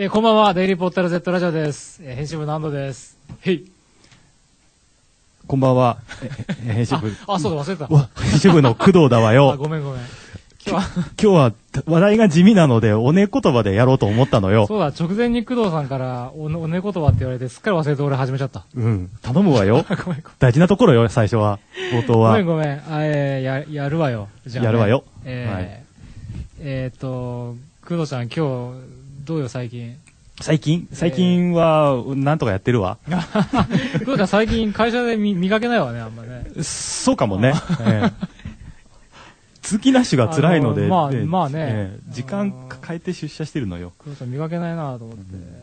こんばんは、デイリーポッタル Z ラジオです。編集部の安藤です。へい。 こんばんは。編集部。 そうだ、忘れた。 編集部の工藤だわよ。 ごめん。 今日は話題が地味なので、おね言葉でやろうと思ったのよ。 そうだ、直前に工藤さんから、おね言葉って言われて、すっかり忘れて俺始めちゃった。 頼むわよ。 ごめん。 大事なところよ、最初は。冒頭は。 ごめん。やるわよ。 じゃあ、やるわよ。 工藤ちゃん、今日、どうよ、最近。 最近は、なんとかやってるわ。 工藤ちゃん、最近会社で見かけないわね、あんまね。 そうかもね。通勤ラッシュが辛いので、 まあね。 時間変えて出社してるのよ。 工藤ちゃん見かけないなと思って。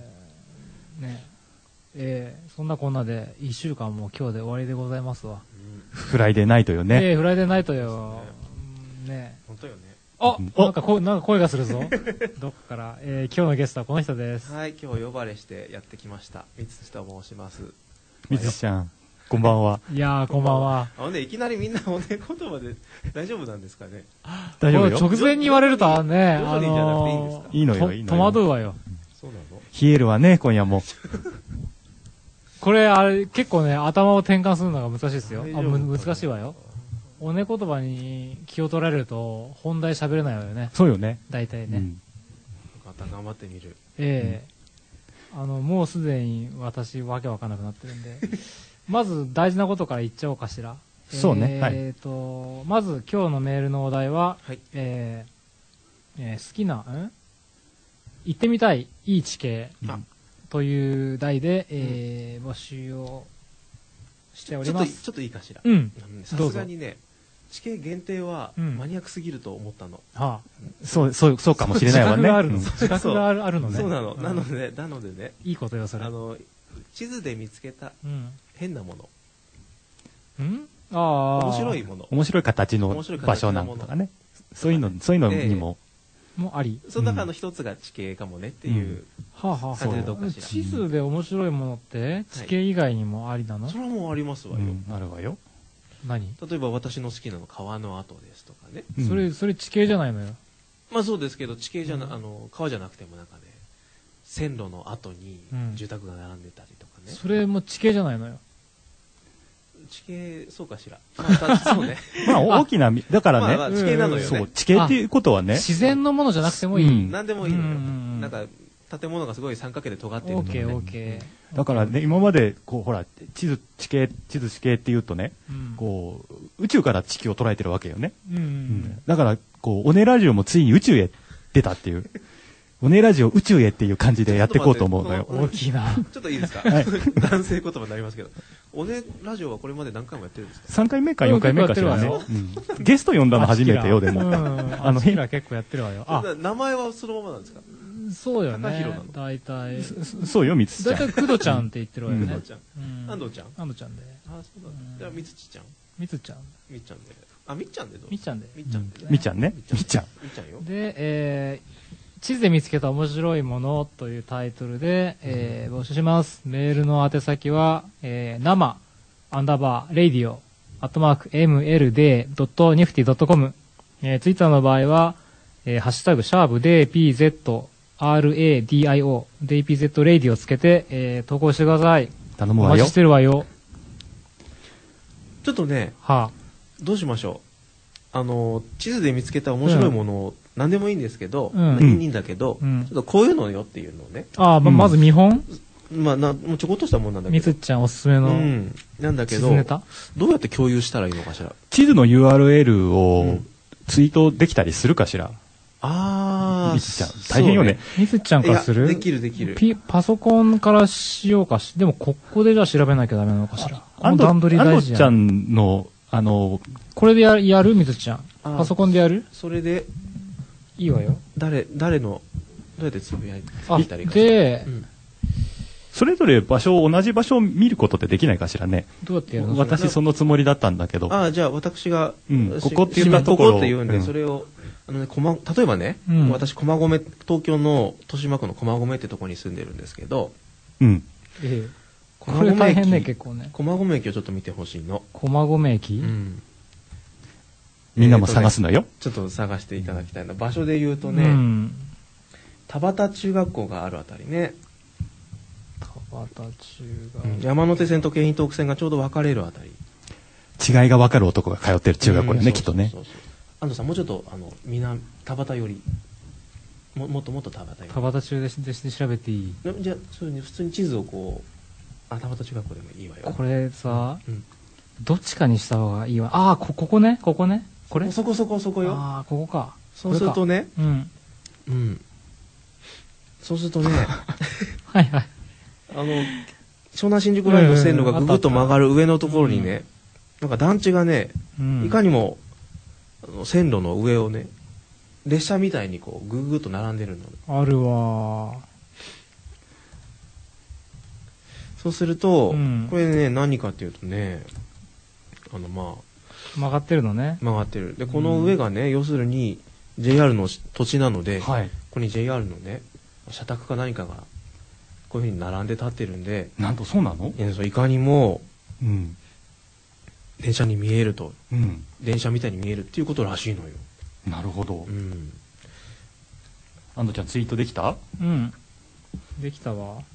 ね。そんなこんなで、1週間も今日で終わりでございますわ。 フライデーナイトよね。 フライデーナイトよ。ね。 本当よね。 なんか声がするぞ。どっかから。今日のゲストはこの人です。 はい、今日呼ばれしてやってきました。三つと申します。 三つちゃん、こんばんは。 いやー、こんばんは。 いきなりみんなおね言葉で大丈夫なんですかね。 大丈夫よ。 直前に言われるとね、 徐々にじゃなくていいんですか。 いいのよ。 戸惑うわよ。 そうなの？ 冷えるわね、今夜も。 これ、結構ね、頭を転換するのが難しいですよ。難しいわよ。おね言葉に気を取られると、本題喋れないわよね。 そうよね。 大体ね。 また頑張ってみる。 もうすでに私、わけわかんなくなってるんで。まず、大事なことから言っちゃおうかしら。 そうね。 まず、今日のメールのお題は、好きな、行ってみたい、いい地形。という題で、募集をしております。 ちょっといいかしら。さどうぞ。 すがにね、地形限定はマニアックすぎると思ったの。 そうかもしれないわね。 自覚があるのね。 そうなの。なのでね。 いいことよ、それ。 地図で見つけた変なもの。 面白いもの。 面白い形の場所なんとかね。そういうのにも。 もあり。 その中の一つが地形かもねっていう感じでどうかしら。 地図で面白いものって地形以外にもありなの？ それはもうありますわよ。 あるわよ。 何？ 例えば私の好きなの川の跡ですとかね。 それ地形じゃないのよ。 まあそうですけど地形じゃな川じゃなくてもなんかね、線路の後に住宅が並んでたりとかね。 それも地形じゃないのよ。 地形、そうかしら。そうね。 まあ大きな、だからね。地形なのよね。 そう、地形っていうことはね。 自然のものじゃなくてもいい。 何でもいいのよ。なんか、建物がすごい三角形で尖ってるとかね。 オーケー。 だからね、今まで、ほら、地図、地形って言うとね、宇宙から地球を捉えてるわけよね。だから、オネラジオもついに宇宙へ出たっていう。おねラジオ宇宙へっていう感じでやっていこうと思うのよ。 大きいな。 ちょっといいですか？男性言葉になりますけど。おねラジオはこれまで何回もやってるんですか ？3回目か4回目かしらね。ゲスト呼んだの初めてよ、でも。 ヒラ結構やってるわよ。 名前はそのままなんですか？ そうよね。大体。 そうよ、みつちゃん。 大体、くどちゃんって言ってるわよね。 安藤ちゃん。安藤ちゃん。 安藤ちゃんで。 そうだ。じゃあ、みつちちゃん。 みつちゃん。 みっちゃんで。みっちゃんでどう？ みっちゃんで。 みっちゃんで。 みっちゃんね。みっちゃん。 みっちゃんよ。 で、地図で見つけた面白いものというタイトルで、募集します。メールの宛先は、生_radio @mld.nifty.com。ツイッターの場合は、ハッシュタグ#DPZRADIO DPZ レイディをつけて、投稿してください。 頼むわよ。 お待ちしてるわよ。 ちょっとね、どうしましょう。地図で見つけた面白いものを、何でもいいんですけど、いいんだけど、ちょっとこういうのよっていうのをね。 まず見本？ もうちょこっとしたもんなんだけど。 みつちゃんおすすめの。 なんだけど、どうやって共有したらいいのかしら。 地図の URL をツイートできたりするかしら。みつちゃん。大変よね。 みつちゃんからする？ できる。 パソコンからしようかし、でもここでじゃあ調べなきゃダメなのかしら。 段取り大事じゃん。ちゃんの、 これでやるみつちゃん。パソコンでやる？ それで、 いいわよ。 誰の、どうやってつぶやいたらいいかで、 それぞれ同じ場所を見ることってできないかしらね。 どうやってやるの？ 私そのつもりだったんだけど。 じゃあ私が、 ここって言ったところ。 ここって言うんで、それを、例えばね、私、東京の豊島区の駒込ってとこに住んでるんですけど、 これ大変ね、結構ね。 駒込駅をちょっと見てほしいの。 駒込駅？ みんなも探すのよ。 ちょっと探していただきたいな。場所で言うとね、 田端中学校があるあたりね。 田端中学校、 山手線と京浜東北線がちょうど分かれるあたり。 違いが分かる男が通ってる中学校よね、きっとね。 安藤さん、もうちょっと田端よりもっと田端より。 田端中で調べていい？ じゃあ普通に地図をこう、田端中学校でもいいわよ。 これさ、どっちかにした方がいいわ。ああ、ここね。これ？ そこよ。 ああ、ここか。 そうするとね、そうするとね、 はいはい。 湘南新宿ラインの線路がぐぐっと曲がる上のところにね、なんか団地がね、いかにも線路の上をね、列車みたいにこうぐぐっと並んでるの。 あるわ。 そうすると、これね、何かっていうとね、 曲がってるのね。 曲がってる。で、この上がね、要するに JR の土地なので、ここに JR のね、社宅か何かがこういうふうに並んで立ってるんで、 なんとそうなの？ いかにも、電車に見えると、電車みたいに見えるっていうことらしいのよ。 なるほど。安藤ちゃんツイートできた？ できたわ。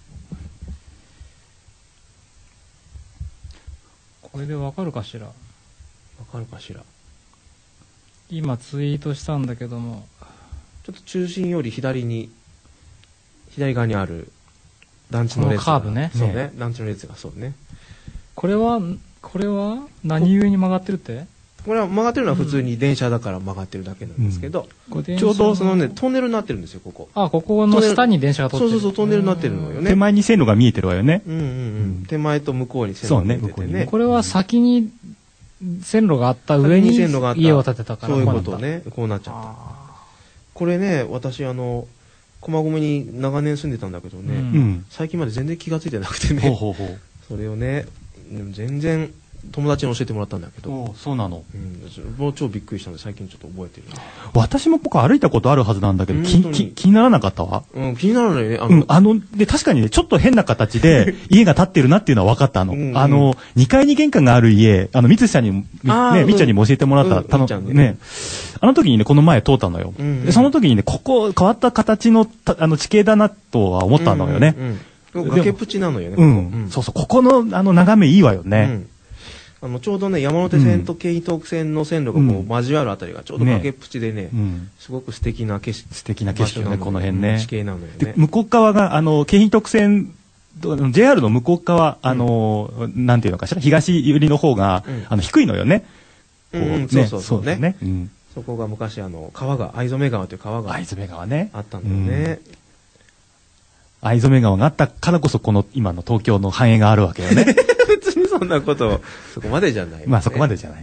これでわかるかしら？わかるかしら？ 今ツイートしたんだけども、 ちょっと中心より左側にある団地の列が、 カーブね。 そうね、団地の列がそうね。 これは何故に曲がってるって？ これは曲がってるのは普通に電車だから曲がってるだけなんですけど、ちょうどそのね、トンネルになってるんですよ、ここ。 ここの下に電車が通ってる。 そう、トンネルになってるのよね。 手前に線路が見えてるわよね。 手前と向こうに線路が見えててね。 これは先に線路があった上に家を建てたから。 そういうことね、こうなっちゃった。これね、私駒込に長年住んでたんだけどね、最近まで全然気がついてなくてね、それをね、全然友達に教えてもらったんだけど。 そうなの。 もう超びっくりしたので最近ちょっと覚えてる。 私もここ歩いたことあるはずなんだけど、気にならなかったわ。 気にならないね。 で、確かにね、ちょっと変な形で家が建ってるなっていうのは分かったの。2階に玄関がある家、三津さんに、みっちゃんにも教えてもらった、ね、あの時にね、この前通ったのよ。で、その時にね、ここ変わった形の、地形だなとは思ったのよね。 崖っぷちなのよね。 そうそう、ここの、眺めいいわよね。 ちょうどね、山手線と京浜東北線の線路がこう交わるあたりがちょうど崖っぷちでね、すごく素敵な景色よね、この辺ね。 地形なのよね。向こう側が、京浜東北線、JR の向こう側、なんていうのかしら、東寄りの方が、低いのよね。 そうね。そこが昔、川が、藍染川という川が、 藍染川ね。 あったんだよね。 藍染川があったからこそ、この今の東京の繁栄があるわけよね。 別にそんなこと、そこまでじゃない。 まあそこまでじゃない。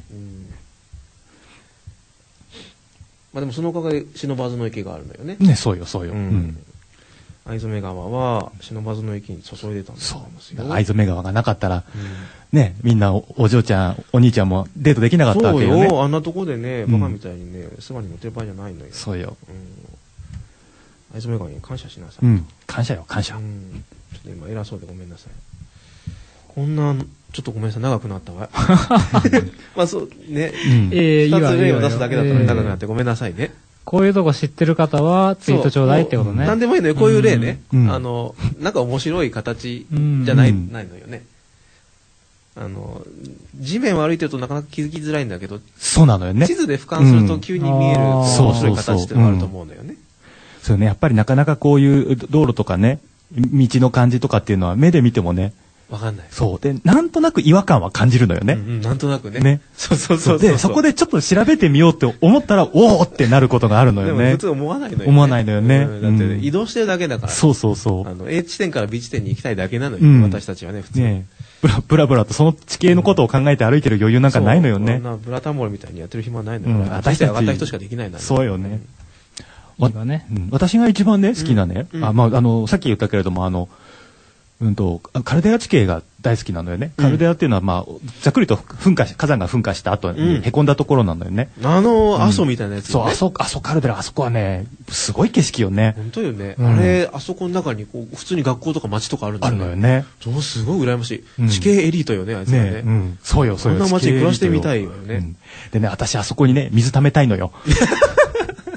まあでもそのおかげで不忍池があるのよね。 ね、そうよ。 藍染川は不忍池に注いでたんだと思いますよ。 藍染川がなかったら、ね、みんなお嬢ちゃん、お兄ちゃんもデートできなかったわけよね。 そうよ、あんなとこでね、バカみたいにね、菅に乗ってる場合じゃないのよ。 そうよ。 藍染川に感謝しなさい。 感謝よ、感謝。 ちょっと今偉そうでごめんなさい。こんな、ちょっとごめんなさい、長くなったわ。まあそうね、2つ例を出すだけだったら長くなってごめんなさいね。 こういうとこ知ってる方はツイートちょうだいってことね。 なんでもいいのよ、こういう例ね。なんか面白い形じゃないのよね。地面を歩いてるとなかなか気づきづらいんだけど、 そうなのよね。 地図で俯瞰すると急に見える面白い形っていうのがあると思うんだよね。 そうね、やっぱりなかなかこういう道路とかね、道の感じとかっていうのは目で見てもね、 わかんない。 そう。で、なんとなく違和感は感じるのよね。 なんとなくね。そう。 で、そこでちょっと調べてみようって思ったら、おーってなることがあるのよね。 でも普通思わないのよね。 思わないのよね。 だって移動してるだけだから。 そう。 A 地点から B 地点に行きたいだけなのよ、私たちはね、普通。 ね、ブラブラとその地形のことを考えて歩いてる余裕なんかないのよね。 そんなブラタモリみたいにやってる暇はないのよ。私たち上がった人しかできないのよ。 そうよね。 私が一番ね、好きなね、さっき言ったけれども、カルデラ地形が大好きなのよね。カルデラっていうのは、ざっくりと火山が噴火した後に凹んだところなのよね。 阿蘇みたいなやつ。 そう、阿蘇カルデラ、あそこはね、すごい景色よね。 本当よね。あれ、あそこの中に、普通に学校とか町とかあるんだよね。 あるのよね。 すごい羨ましい。地形エリートよね、あいつはね。 そうよ。 そんな町に暮らしてみたいよね。 でね、私あそこにね、水溜めたいのよ。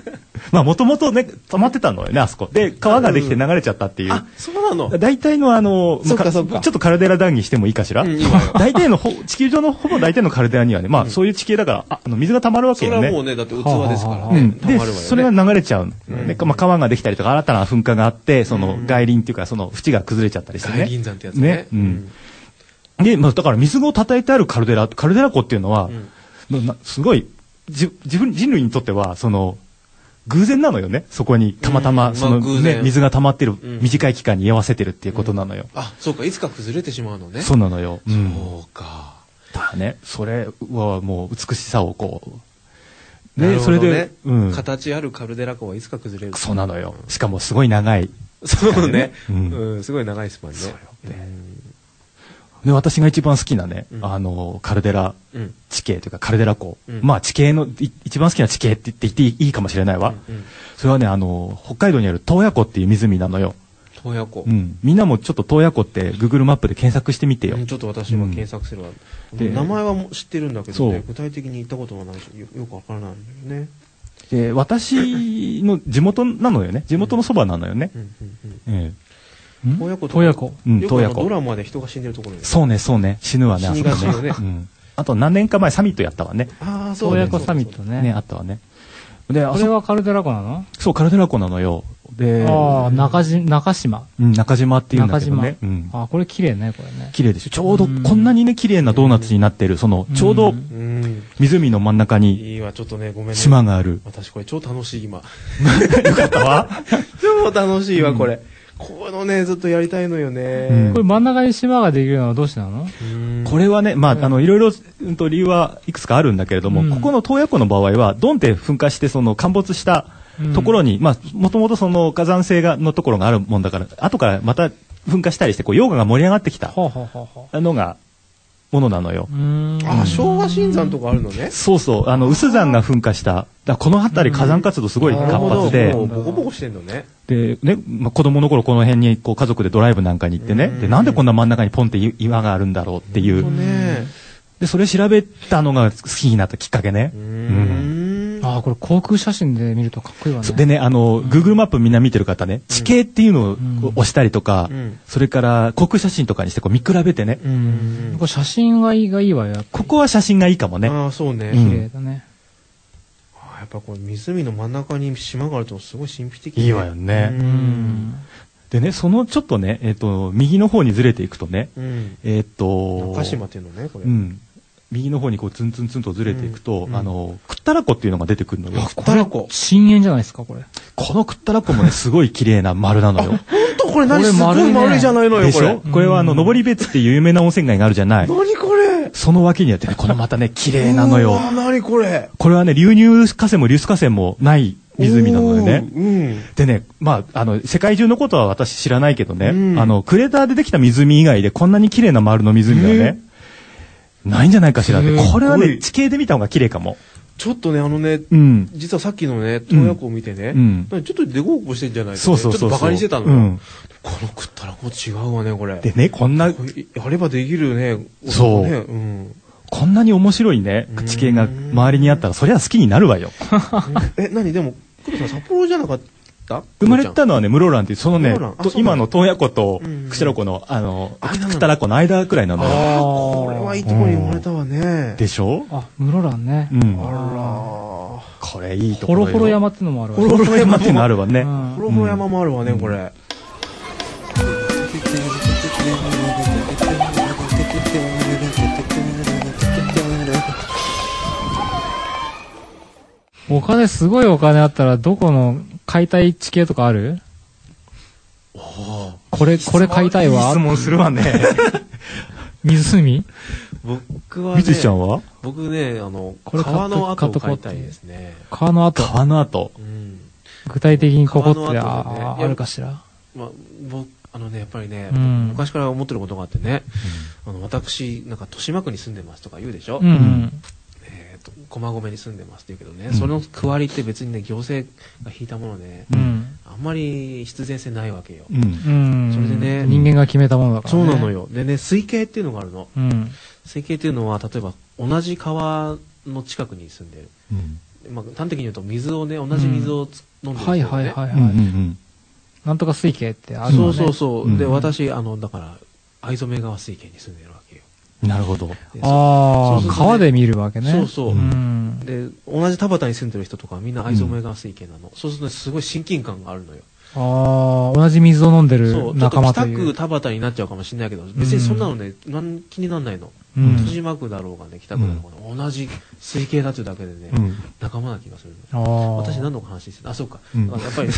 まあ、もともとね、溜まってたのよね、あそこ。で、川ができて流れちゃったっていう。 あ、そうなの。 大体のそっかそっか。 ちょっとカルデラ談義してもいいかしら、大体の地球上のほぼ大体のカルデラにはね、まあ、そういう地形だから、水が溜まるわけよね。 それはもうね、だって器ですからね。 で、それが流れちゃう。まあ、川ができたりとか、新たな噴火があって、その、外輪っていうか、その、縁が崩れちゃったりしてね。 外輪山ってやつね。 で、まあ、だから水を叩いてあるカルデラ湖っていうのは、すごい、人類にとっては、その、偶然なのよね。そこにたまたま、そのね、水が溜まってる、短い期間に居合わせてるっていうことなのよ。 あ、そうか、いつか崩れてしまうのね。 そうなのよ。 そうか。 だね、それはもう美しさをこう。で、それで、形あるカルデラ湖はいつか崩れる。 そうなのよ。しかもすごい長い。 そうね。すごい長いスパンね。そうよね。 で、私が一番好きなね、カルデラ地形というかカルデラ湖。まあ地形の、一番好きな地形って言っていいかもしれないわ。それはね、北海道にある洞爺湖っていう湖なのよ。 洞爺湖。 みんなもちょっと洞爺湖って Google マップで検索してみてよ。 ちょっと私も検索するわ。名前は知ってるんだけどね、具体的に行ったことはないし、よくわからないんだよね。 で、私の地元なのよね。地元のそばなのよね。 洞爺湖。 洞爺湖。 洞爺湖。ドラマで人が死んでるところそうね、そうね。死ぬわね、 死にがちよね。 あと何年か前サミットやったわね。 ああ、そう洞爺湖サミットね。 あったわね。 で、これはカルデラ湖なの？ そう、カルデラ湖なのよ。で、 中島。 中島っていうんだけどね。 あ、これ綺麗ね、これね。 綺麗でしょ。ちょうどこんなにね、綺麗なドーナツになってる、その、ちょうど、湖の真ん中に、 いいわ、ちょっとね、ごめんね。 島がある。 私これ超楽しい、今。 よかったわ。 超楽しいわ、これ。このね、ずっとやりたいのよね。 これ真ん中に島ができるのはどうしてなの？ これはね、まあ、いろいろ、理由はいくつかあるんだけれども、ここの洞爺湖の場合は、ドンって噴火して、その、陥没したところに、まあ、もともとその火山性のところがあるもんだから、後からまた噴火したりして、こう、溶岩が盛り上がってきたのが、ものなのよ。 あ、昭和新山とかあるのね。 そうそう、有珠山が噴火した。この辺り火山活動すごい活発で。 ボコボコしてんのね。 で、ね、子供の頃この辺にこう家族でドライブなんかに行ってね。で、なんでこんな真ん中にポンって岩があるんだろうっていう。で、それ調べたのが好きになったきっかけね。 ああ、これ航空写真で見るとかっこいいわね。 でね、Google マップみんな見てる方ね、地形っていうのを押したりとか、それから航空写真とかにしてこう見比べてね。 これ写真がいいわよ。 ここは写真がいいかもね。 ああ、そうね。 綺麗だね。 やっぱこれ湖の真ん中に島があるとすごい神秘的いいわよね。でね、そのちょっとね、右の方にずれていくとね、 中島っていうのね、これ。 右の方にこうツンツンツンとずれていくと、クッタラ湖っていうのが出てくるのよ。 クッタラ湖。 深淵じゃないですか、これ。 このクッタラ湖もね、すごい綺麗な丸なのよ。 ほんとこれ何すごい丸いじゃないのよ、これ。 これは登別っていう有名な温泉街があるじゃない。 何これその脇にあってね、このまたね、綺麗なのよ。 何これこれはね、流入河川も流出河川もない湖なのよね。でね、まあ、世界中のことは私知らないけどね、クレーターでできた湖以外でこんなに綺麗な丸の湖はね、ないんじゃないかしらって。これはね、地形で見た方が綺麗かも。 ちょっとね、実はさっきのね、洞爺湖を見てね、ちょっとデコボコしてんじゃないか、ちょっとバカにしてたのよ。このクッタラ湖違うわね、これ。 でね、こんな。 やればできるね。 そう。こんなに面白いね、地形が周りにあったら、そりゃ好きになるわよ。 何でも、黒さん札幌じゃなかった？ 生まれたのはね、室蘭っていう、そのね、今の洞爺湖と釧路湖の、クッタラ湖の間くらいなのよ。 これはいいところに生まれたわね。 でしょ？ あ、室蘭ね。 あら。 これいいところよ。 ホロホロ山ってのもあるわ。 ホロホロ山っていうのあるわね。 ホロホロ山もあるわね、これ。 すごいお金あったらどこの買いたい地形とかある？これ買いたいわ。 質問するわね。 湖？ 僕はね。 みつちゃんは？ 僕ね、川の跡を買いたいですね。 川の跡？ 川の跡。 具体的にここってあるかしら？ まあ、やっぱりね、昔から思ってることがあってね、私、なんか豊島区に住んでますとか言うでしょ？駒込に住んでますって言うけどね、その区割りって別にね、行政が引いたもので、あんまり必然性ないわけよ。それでね、 人間が決めたものだからね。 そうなのよ。でね、水系っていうのがあるの。水系っていうのは、例えば同じ川の近くに住んでる。 まあ、端的に言うと水をね、同じ水を飲んでるんですよね。 はいはいはいはい。なんとか水系ってあるよね。そうそうそう。で、私、だから、藍染川水系に住んでるわけよ。 なるほど。 ああ、川で見るわけね。 そうそう。で、同じ田端に住んでる人とかはみんな藍染川水系なの。そうするとすごい親近感があるのよ。 ああ、同じ水を飲んでる仲間という。 そう、ちょっと北区田端になっちゃうかもしれないけど、別にそんなのね、気にならないの。豊島区だろうがね、北区だろうが、同じ水系だというだけでね、仲間な気がする。私何の話してた？あ、そうか。やっぱり。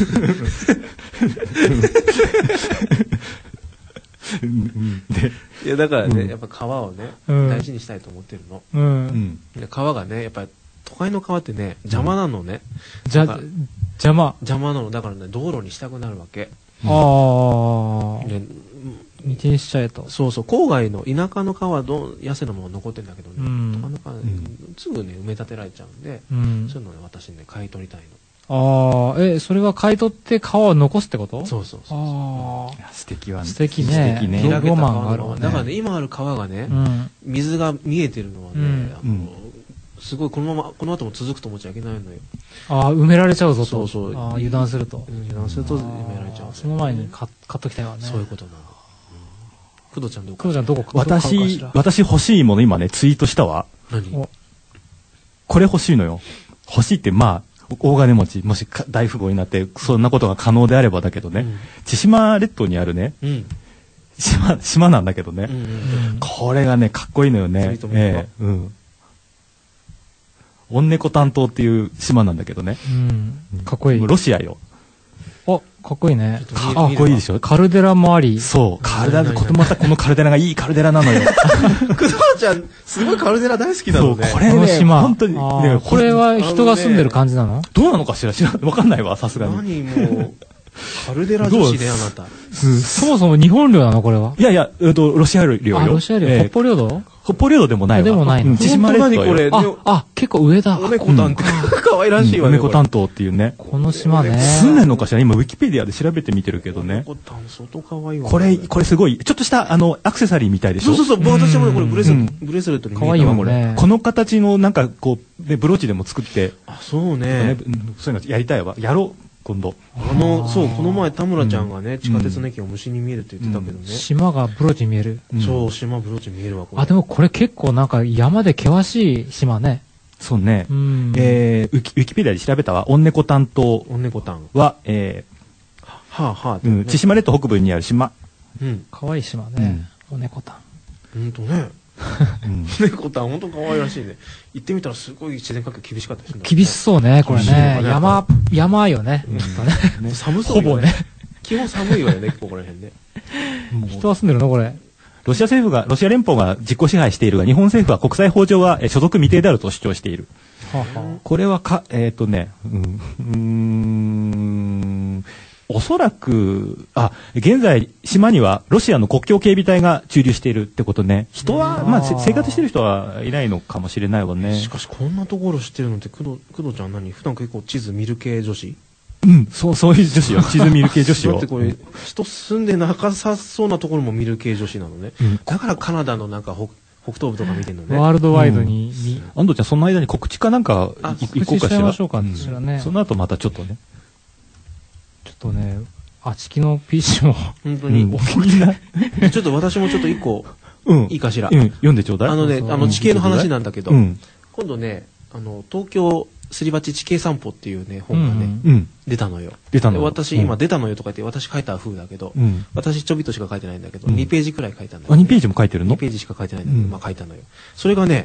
いや、だからね、やっぱ川をね、大事にしたいと思ってるの。川がね、やっぱり、都会の川ってね、邪魔なのね。 邪魔なの。だからね、道路にしたくなるわけ。 ああ。道にしちゃえと。 そうそう。郊外の田舎の川は痩せのまま残ってるんだけどね。都会の川すぐね、埋め立てられちゃうんで、そういうのね、私ね、買い取りたいの。ああ、それは買い取って川を残すってこと？ そうそうそう。 ああ。素敵はね。 素敵ね。 素敵ね。ロマンがあるわね。だからね、今ある川がね、水が見えてるのはね、すごいこの後も続くと思っちゃいけないのよ。 ああ、埋められちゃうぞと。 そうそう。 油断すると。 油断すると埋められちゃう。 その前に買っときたいわね。 そういうことなの。工藤ちゃんどこ？ 工藤ちゃんどこ？ 私欲しいもの今ね、ツイートしたわ。 何？ これ欲しいのよ。欲しいって、まあ、大金持ち、もし大富豪になって、そんなことが可能であればだけどね、千島列島にあるね、島なんだけどね、これがね、かっこいいのよね。オンネコ担当っていう島なんだけどね。 かっこいい。 ロシアよ。 かっこいいね。 かっこいいでしょ。 カルデラもあり。 そう。カルデラ、またこのカルデラがいいカルデラなのよ。 工藤ちゃん、すごいカルデラ大好きなのね。 そう、これね、本当に。 これは人が住んでる感じなの？ どうなのかしらわかんないわ、さすがに。 何もう、カルデラ女子であなた。 そもそも日本領なのこれは？ いやいや、ロシア領よ。 ロシア領。北方領土？ 北方領土でもないわ。 でもないの。 千島列島よ。 結構上だ。 お猫担当。可愛らしいわね。 お猫担当っていうね。 この島ね。 住んでんのかしら今、ウィキペディアで調べてみてるけどね。 お猫担当、相当可愛いわ。 これすごい、ちょっとしたアクセサリーみたいでしょ？ そう。私もね、これブレスレットに可愛いわ、これ。 この形のなんかこう、ブローチでも作って。 そうね。 そういうのやりたいわ。やろう。今度。 そう、この前田村ちゃんがね、地下鉄の駅が虫に見えるって言ってたけどね。 島がブローチに見える。 そう、島ブローチに見えるわ、これ。 でもこれ結構なんか山で険しい島ね。 そうね。ウィキペディアで調べたわ。オンネコ担当は、千島列島北部にある島。 かわいい島ね。オンネコ担。 ほんとね。猫たん本当可愛らしいね。行ってみたらすごい自然環境厳しかったですね。 厳しそうね、これね。山よね。 寒そう。 ほぼね。 基本寒いわよね、ここら辺ね。 人は住んでるのこれ。 ロシア連邦が実効支配しているが、日本政府は国際法上は所属未定であると主張している。これはおそらく、現在、島にはロシアの国境警備隊が駐留しているってことね。人は、生活してる人はいないのかもしれないわね。 しかし、こんなところ知ってるのって、工藤ちゃん普段結構地図見る系女子？ そういう女子よ。地図見る系女子よ。 だってこれ、人住んでなさそうなところも見る系女子なのね。だからカナダのなんか北東部とか見てんのね。 ワールドワイドに。 安藤ちゃん、その間に告知かなんか行こうかしら。 告知しちゃいましょうかしらね。 その後またちょっとね。 あちきの PC も。 本当に。ちょっと私もちょっと一個、いいかしら。 読んでちょうだい。 地形の話なんだけど、今度ね、東京すり鉢地形散歩っていうね、本がね、出たのよ。私、今出たのよとか言って、私書いた風だけど、私ちょびっとしか書いてないんだけど、2ページくらい書いたんだけど。 2ページも書いてるの？ 2ページしか書いてないんだけど、書いたのよ。それがね、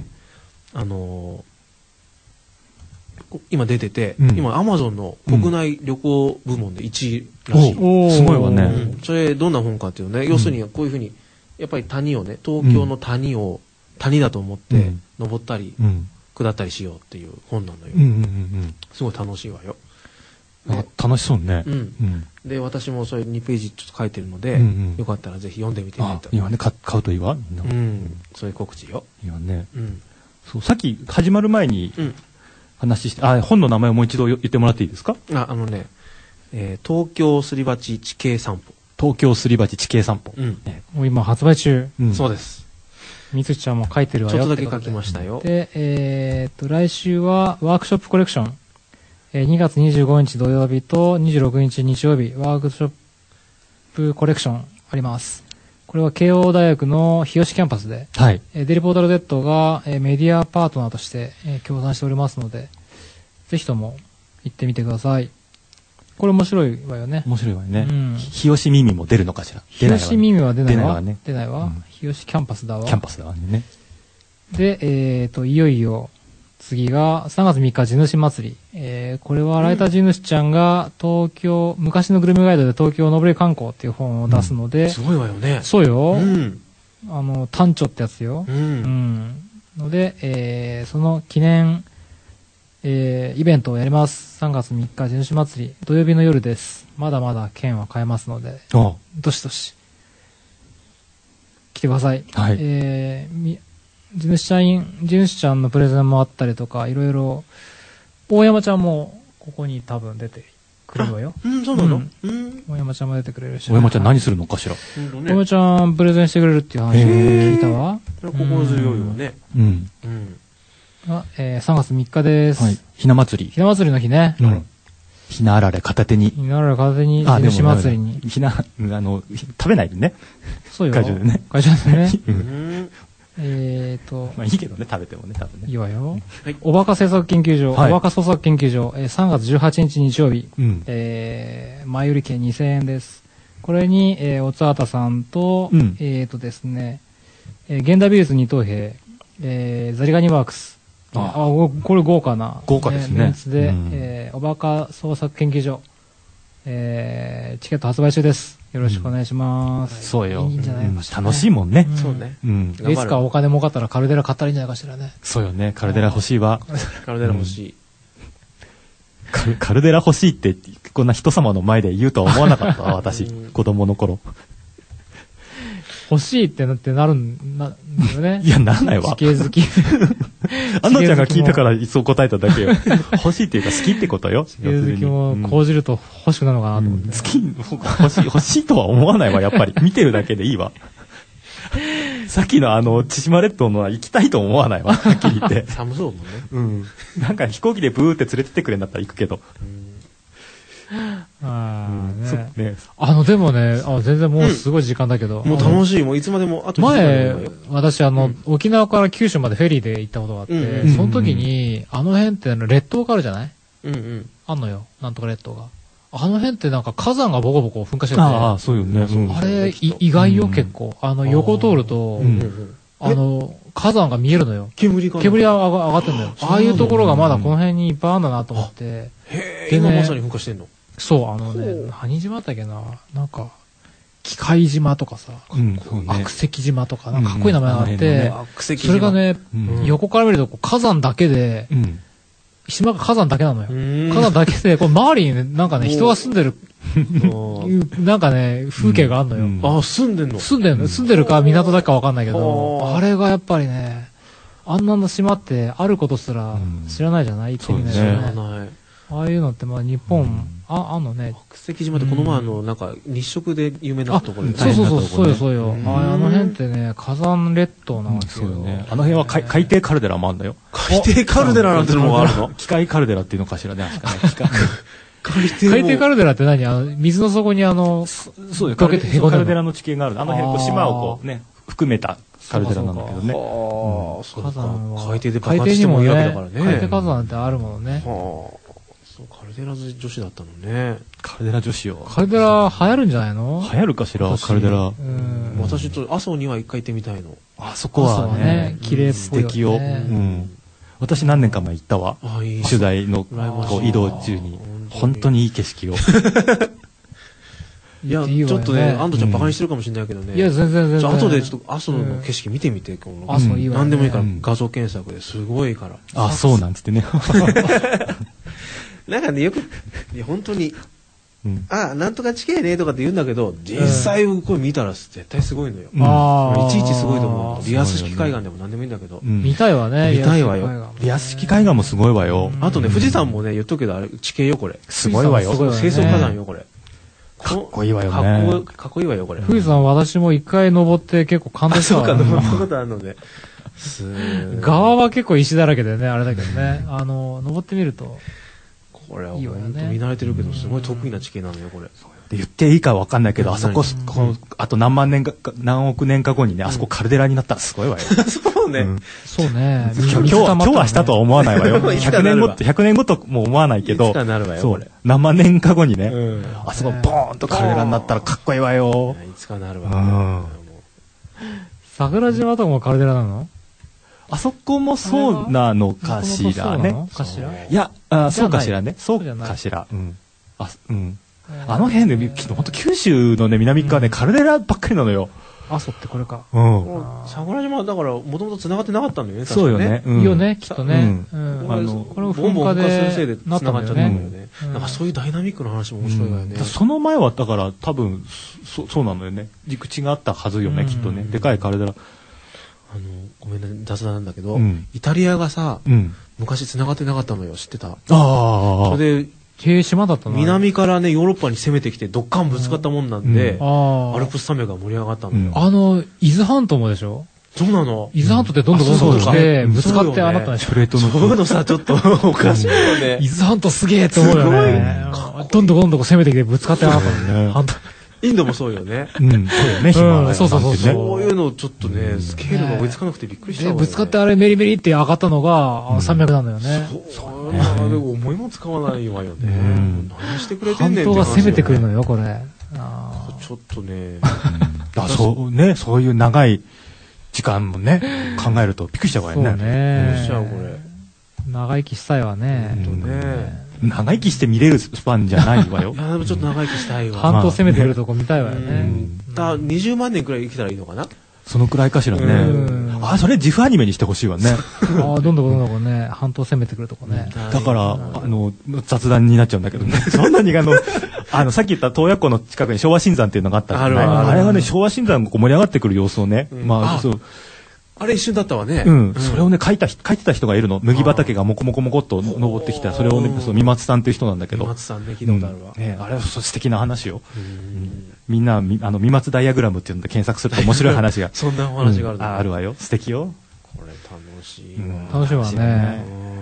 今出てて、今アマゾンの国内旅行部門で1位らしい。 すごいわね。 それどんな本かっていうね、要するにこういうふうに、やっぱり谷をね、東京の谷を谷だと思って登ったり下ったりしようっていう本なのよ。すごい楽しいわよ。 楽しそうね。 で、私もそれ2ページちょっと書いてるので、よかったらぜひ読んでみてねと。 今ね、買うといいわ。 そういう告知よ。 今ね。さっき始まる前に、話して、本の名前をもう一度言ってもらっていいですか？ 東京すり鉢地形散歩。 東京すり鉢地形散歩。 もう今発売中。 そうです。 みつちゃんも書いてるわよ。 ちょっとだけ書きましたよ。 で、来週はワークショップコレクション。2月25日土曜日と26日日曜日、ワークショップコレクションあります。これは慶応大学の日吉キャンパスで、 はい。 デリポータル Z がメディアパートナーとして協賛しておりますので、ぜひとも行ってみてください。これ面白いわよね。 面白いわよね。 うん、 日吉耳も出るのかしら。 日吉耳は出ないわ。 出ないわね。 出ないわ。うん、日吉キャンパスだわ。 キャンパスだわね。 で、いよいよ、次が3月3日地主祭り。これはライター地主ちゃんが東京、昔のグルメガイドで東京のぼり観光っていう本を出すので、 すごいわよね。 そうよ。 うん。 単著ってやつよ。ので、その記念、イベントをやります。3月3日地主祭り。土曜日の夜です。まだまだ券は買えますので、どしどし、来てください。 はい。 地主ちゃんのプレゼンもあったりとか、いろいろ、大山ちゃんもここに多分出てくれるわよ。 そうなの？ 大山ちゃんも出てくれるし。 大山ちゃん何するのかしら。 大山ちゃんプレゼンしてくれるっていう話を聞いたわ。 心強いわね。 3月3日です。 はい。ひな祭り。 ひな祭りの日ね。 ひなあられ片手に。 ひなあられ片手に、地主祭りに。 ひな、食べないでね。 そうよ。 会場でね。 会場でね。 まあいいけどね、食べてもね、多分ね。 いいわよ。おバカ政策研究所、おバカ創作研究所、3月18日日曜日、前売り券2000円です。これに、おつあたさんと、ですね、現代美術二等兵、ザリガニワークス。これ豪華な。 豪華ですね。 メンツで、おバカ創作研究所、チケット発売中です。よろしくお願いします。 そうよ。 いいんじゃないかしら。 楽しいもんね。 そうね。 いつかお金儲かったらカルデラ買ったらいいんじゃないかしらね。 そうよね。カルデラ欲しいわ。 カルデラ欲しい。 カルデラ欲しいって、こんな人様の前で言うとは思わなかったわ、私。子供の頃。 欲しいってなるんだよね。 いや、ならないわ。 地形好き。 アンナちゃんが聞いたからそう答えただけよ。欲しいっていうか好きってことよ。 地形好きも講じると欲しくなるのかなと思って。 欲しいとは思わないわ、やっぱり。見てるだけでいいわ。さっきの千島列島のは行きたいと思わないわ、はっきり言って。 寒そうもんね。 なんか飛行機でブーって連れてってくれんだったら行くけど。 でもね、全然もうすごい時間だけど。 もう楽しい、もういつまでも、 前、私沖縄から九州までフェリーで行ったことがあって、その時に、あの辺って列島があるじゃない？あんのよ、なんとか列島が。あの辺ってなんか火山がボコボコ噴火してて。 ああ、そうよね。 あれ、意外よ、結構。横通ると、火山が見えるのよ。煙が上がってんのよ。ああいうところがまだこの辺にいっぱいあるんだなと思って。 今まさに噴火してんの？ そう、何島だったっけな、なんか、機械島とかさ、悪石島とか、なんかかっこいい名前があって、それがね、横から見ると火山だけで、島が火山だけなのよ。火山だけで、これ周りになんかね、人が住んでる、なんかね、風景があるのよ。 あ、住んでんの？ 住んでるか港だかわかんないけど、あれがやっぱりね、あんなの島ってあることすら知らないじゃない？ そうね。 ああいうのってまあ日本、あんのね。 悪石島ってこの前なんか日食で有名なところで。 そうよ。あの辺ってね、火山列島なわけよ。 あの辺は海底カルデラもあるんだよ。 海底カルデラなんてのもあるの？ 機械カルデラっていうのかしらね、 海底カルデラって何？水の底にそうよ、カルデラの地形がある。あの辺、島をこうね、含めたカルデラなんだけどね。 火山は海底で爆発してもいいわけだからね。海底火山ってあるものね。 カルデラ女子だったのね。 カルデラ女子よ。 カルデラ流行るんじゃないの？ 流行るかしら、カルデラ。 私と阿蘇には一回行ってみたいの。 あそこはね、 綺麗っぽいよね。 素敵よ。私何年か前行ったわ。取材の移動中に。本当にいい景色を。 いや、ちょっとね、安藤ちゃんバカにしてるかもしれないけどね。 いや、全然。 後でちょっと阿蘇の景色見てみて。 阿蘇いいわ。 何でもいいから画像検索ですごいから。 あ、そうなんつってね。 なんかね、よく、本当に、なんとか地形ねとかって言うんだけど、実際これ見たら絶対すごいのよ。いちいちすごいと思う。リアス式海岸でも何でもいいんだけど。 見たいわね。 見たいわよ。 リアス式海岸もすごいわよ。 あとね、富士山もね、言っとくけど、あれ地形よ、これ。 すごいわよ。 清掃火山よ、これ。 かっこいいわよね。 かっこいいわよ、これ。 富士山私も一回登って結構感動したわ。 そうか、登ったことあるので。 側は結構石だらけでね、あれだけどね。登ってみると。 これは本当見慣れてるけど、すごい得意な地形なのよ、これ。 で言っていいかわかんないけど、あそこ、あと何億年か後にね、あそこカルデラになったらすごいわよ。 そうね。 そうね。 今日はしたとは思わないわよ。100年後とも思わないけど、何万年か後にね、あそこボーンとカルデラになったらかっこいいわよ。 いつかなるわ。 桜島とかもカルデラなの？ あそこもそうなのかしらね。いや、そうかしらね。そうかしら。あの辺で、本当九州のね、南側ね、カルデラばっかりなのよ。 阿蘇ってこれか。 桜島だから、もともと繋がってなかったんだよね、 そうよね。 いいよね、きっとね。 これも噴火でするせいで繋がっちゃったんだよね。なんかそういうダイナミックな話も面白いわよね。 その前は、だから多分、そうなのよね。陸地があったはずよね、きっとね。でかいカルデラ。 ごめんね、雑談なんだけど、イタリアがさ、昔繋がってなかったのよ、知ってた？それで、 島だったの？ 南からね、ヨーロッパに攻めてきて、ドッカンぶつかったもんなんで、アルプス山脈が盛り上がったのよ。 伊豆半島もでしょ？ そうなの。 伊豆半島ってどんどん来て、ぶつかってあなたでしょ？ そういうのさ、ちょっとおかしいよね。 伊豆半島すげえって思うよね。どんどん攻めてきてぶつかってあなたね。 インドもそうよね。 そうよね、ヒマラヤ。 そういうのちょっとね、スケールが追いつかなくてびっくりしたわ。 ぶつかってあれメリメリって上がったのが山脈なんだよね。 そうね。思いも使わないわよね。何してくれてんねんって。 半島が攻めてくるのよ、これ。 ちょっとね。 そうね、そういう長い時間もね、考えるとびっくりしちゃうわよね。 そうね。 しちゃう、これ。 長生きしたいわね。 長生きして見れるスパンじゃないわよ。 いや、でもちょっと長生きしたいわ。 半島攻めてくるとこ見たいわよね。 20万年くらい生きたらいいのかな？ そのくらいかしらね。それ自負アニメにしてほしいわね。 どんどんね、半島攻めてくるとこね。 だから、雑談になっちゃうんだけどね。そんなにさっき言った洞爺湖の近くに昭和新山っていうのがあったじゃない。あれはね、昭和新山が盛り上がってくる様子をね、 あれ一瞬だったわね。 それをね、書いてた人がいるの。麦畑がもこもこもこっと登ってきた。それをね、三松さんっていう人なんだけど。 三松さんね、聞いたことあるわ。 あれは素敵な話よ。みんな、三松ダイアグラムっていうので検索すると面白い話が。 そんなお話があるあるわよ。素敵よ。 これ楽しいわ。楽しいわね。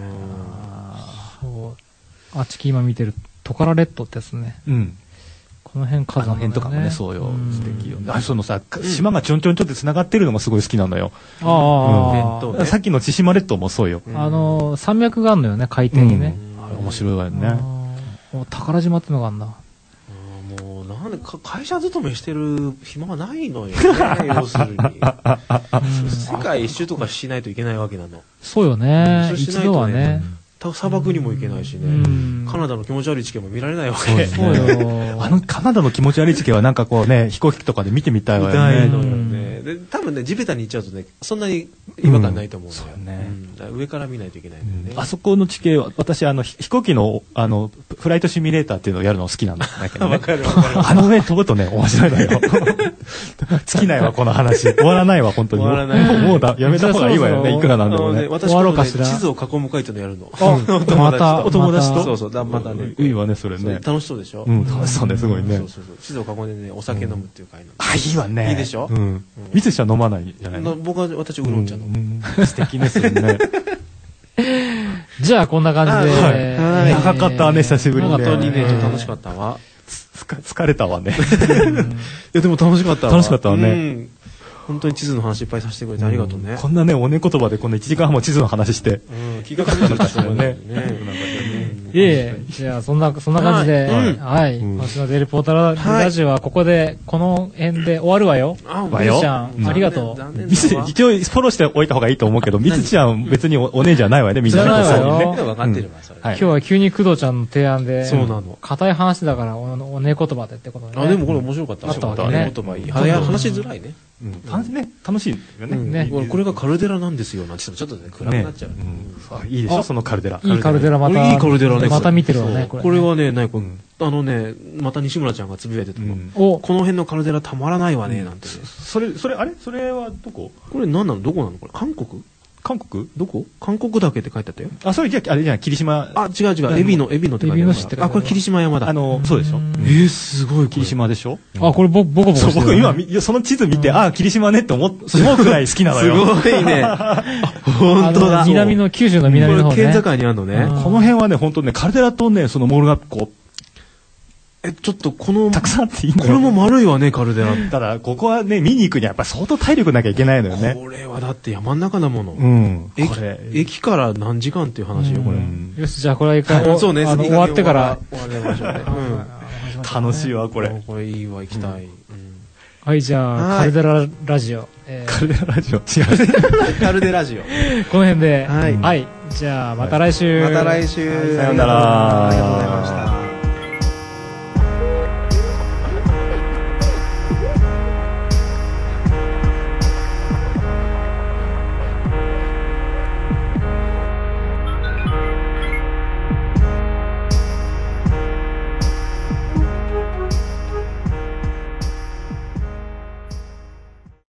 そう。あっち今見てるトカラレッドってやつね。この辺火山とかもね、そうよ。素敵よ。そのさ、島がちょんちょんちょんって繋がってるのがすごい好きなのよ。さっきの千島列島もそうよ。 山脈があるのよね、海底にね。 面白いわよね。 宝島ってのがあるんだ。 もう、なんで、会社勤めしてる暇はないのよね、要するに。世界一周とかしないといけないわけなの。 そうよね。一度はね。 砂漠にも行けないしね。カナダの気持ち悪い地形も見られないわけ。 そうよ。 カナダの気持ち悪い地形はなんかこうね、飛行機とかで見てみたいわよね。 見たいのよね。で、多分ね、地べたに行っちゃうとね、そんなに違和感ないと思うんだよ。 そうね。 上から見ないといけないんだよね。 あそこの地形は、私飛行機のフライトシミュレーターっていうのをやるの好きなんだけどね。あの上飛ぶとね、面白いのよ。尽きないわ、この話。終わらないわ、本当に。 終わらない。 もうやめた方がいいわよね、いくらなんでもね。 私は地図を囲む会っていうのやるの。 お友達とそう、またね。 いいわね、それね。 楽しそうでしょ？ 楽しそうね、すごいね。 地図を囲んでね、お酒飲むっていう会なの。 いいわね。 いいでしょ？ みつしは飲まないじゃないの？ 私、ウーロン茶の。 素敵ですよね。 じゃあ、こんな感じで。 長かったわね、久しぶりに。 本当にね、楽しかったわ。 疲れたわね。 いや、でも楽しかったわ。 楽しかったわね。 本当に地図の話いっぱいさせてくれてありがとうね。 こんなね、おね言葉でこんな1時間半も地図の話して。 気がかかっちゃったよね。 じゃあ、そんな感じで、はい。今週のデイリーポータルラジオはここで、この辺で終わるわよ。みつちゃん、ありがとう。 一応フォローしておいた方がいいと思うけど、みつちゃん別にお姉じゃないわよね、みんな。 じゃないわよ。 分かってるわ、それ。 今日は急に工藤ちゃんの提案で、 そうなの。 硬い話だから、おね言葉でってことね。でもこれ面白かった。 あったわけね。 言葉いい。話しづらいね。 楽しいよね。 これがカルデラなんですよ、なんて言ってもちょっとね、暗くなっちゃう。 いいでしょ、そのカルデラ。 いいカルデラまた。 いいカルデラね。 また見てるわね、 これはね、また西村ちゃんがつぶやいてたの。この辺のカルデラたまらないわね、なんてね。 それはどこ？ これ何なの？どこなの？これ韓国？ 韓国どこ？ 韓国岳って書いてあったよ。 あ、それじゃあ、あれじゃん、霧島。 あ、違う違う。エビのって書いてある。あ、これ霧島山だ。 そうでしょ。 すごい。 霧島でしょ。 あ、これボコボコしてる。 僕今、その地図見て、あ、霧島ねって思うくらい好きなのよ。 すごいね。本当だ。 南の、九州の南の方ね。 県境にあるのね。 この辺はね、本当ね、カルデラとね、そのモールがこう、 ちょっとたくさんあっていいんだよ。 これも丸いわね、カルデラ。 ただ、ここはね、見に行くにはやっぱ相当体力なきゃいけないのよね。 これはだって山の中だもの。 うん。 駅から何時間っていう話よ、これ。 よし、じゃあこれは一回、 そうね、 終わってから。 終わりましょうね。 楽しいわ、これ。 これいいわ、行きたい。 はい、じゃあ、カルデララジオ。 カルデララジオ。違う。 カルデラジオ。 この辺で。はい。じゃあ、また来週。 また来週。 さよなら。 ありがとうございました。